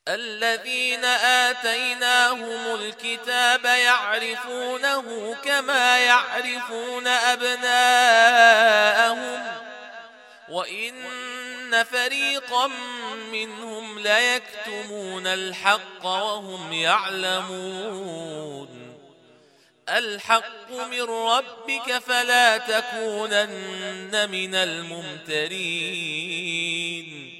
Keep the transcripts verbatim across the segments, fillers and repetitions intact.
الذين آتيناهم الكتاب يعرفونه كما يعرفون أبناءهم وإن فريقا منهم ليكتمون الحق وهم يعلمون. الحق من ربك فلا تكونن من الممترين.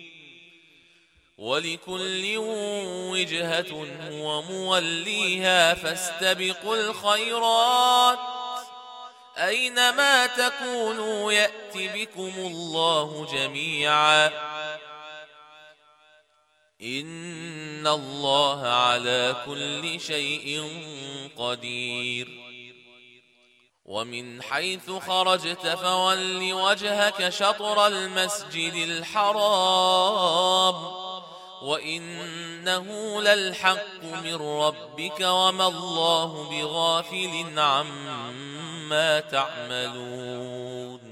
ولكل وجهة هو موليها فاستبقوا الخيرات أينما تكونوا يأت بكم الله جميعا إن الله على كل شيء قدير. ومن حيث خرجت فول وجهك شطر المسجد الحرام وإنه للحق من ربك وما الله بغافل عما تعملون.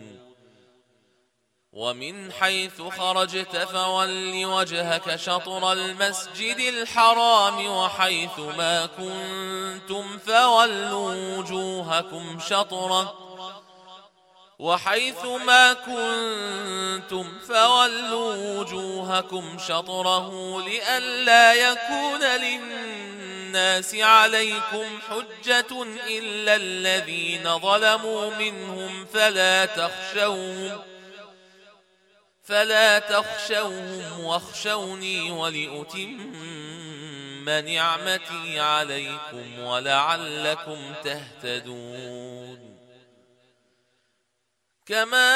ومن حيث خرجت فول وجهك شطر المسجد الحرام وحيث ما كنتم فولوا وجوهكم شطره وحيث ما كنتم فولوا وجوهكم شطره لئلا يكون للناس عليكم حجة إلا الذين ظلموا منهم فلا تخشوهم فلا تخشوهم واخشوني ولأتم نعمتي عليكم ولعلكم تهتدون. كما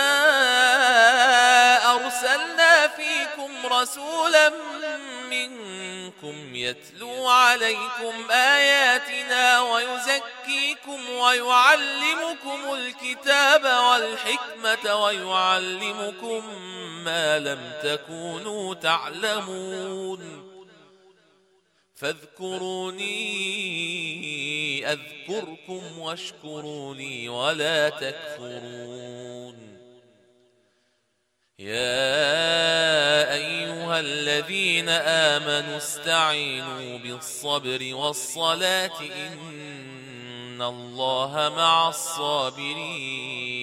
أرسلنا فيكم رسولا منكم يتلو عليكم آياتنا ويزكيكم ويعلمكم الكتاب والحكمة ويعلمكم ما لم تكونوا تعلمون. فاذكروني أذكركم واشكروا لي ولا تكفرون. يا أيها الذين آمنوا استعينوا بالصبر والصلاة إن الله مع الصابرين.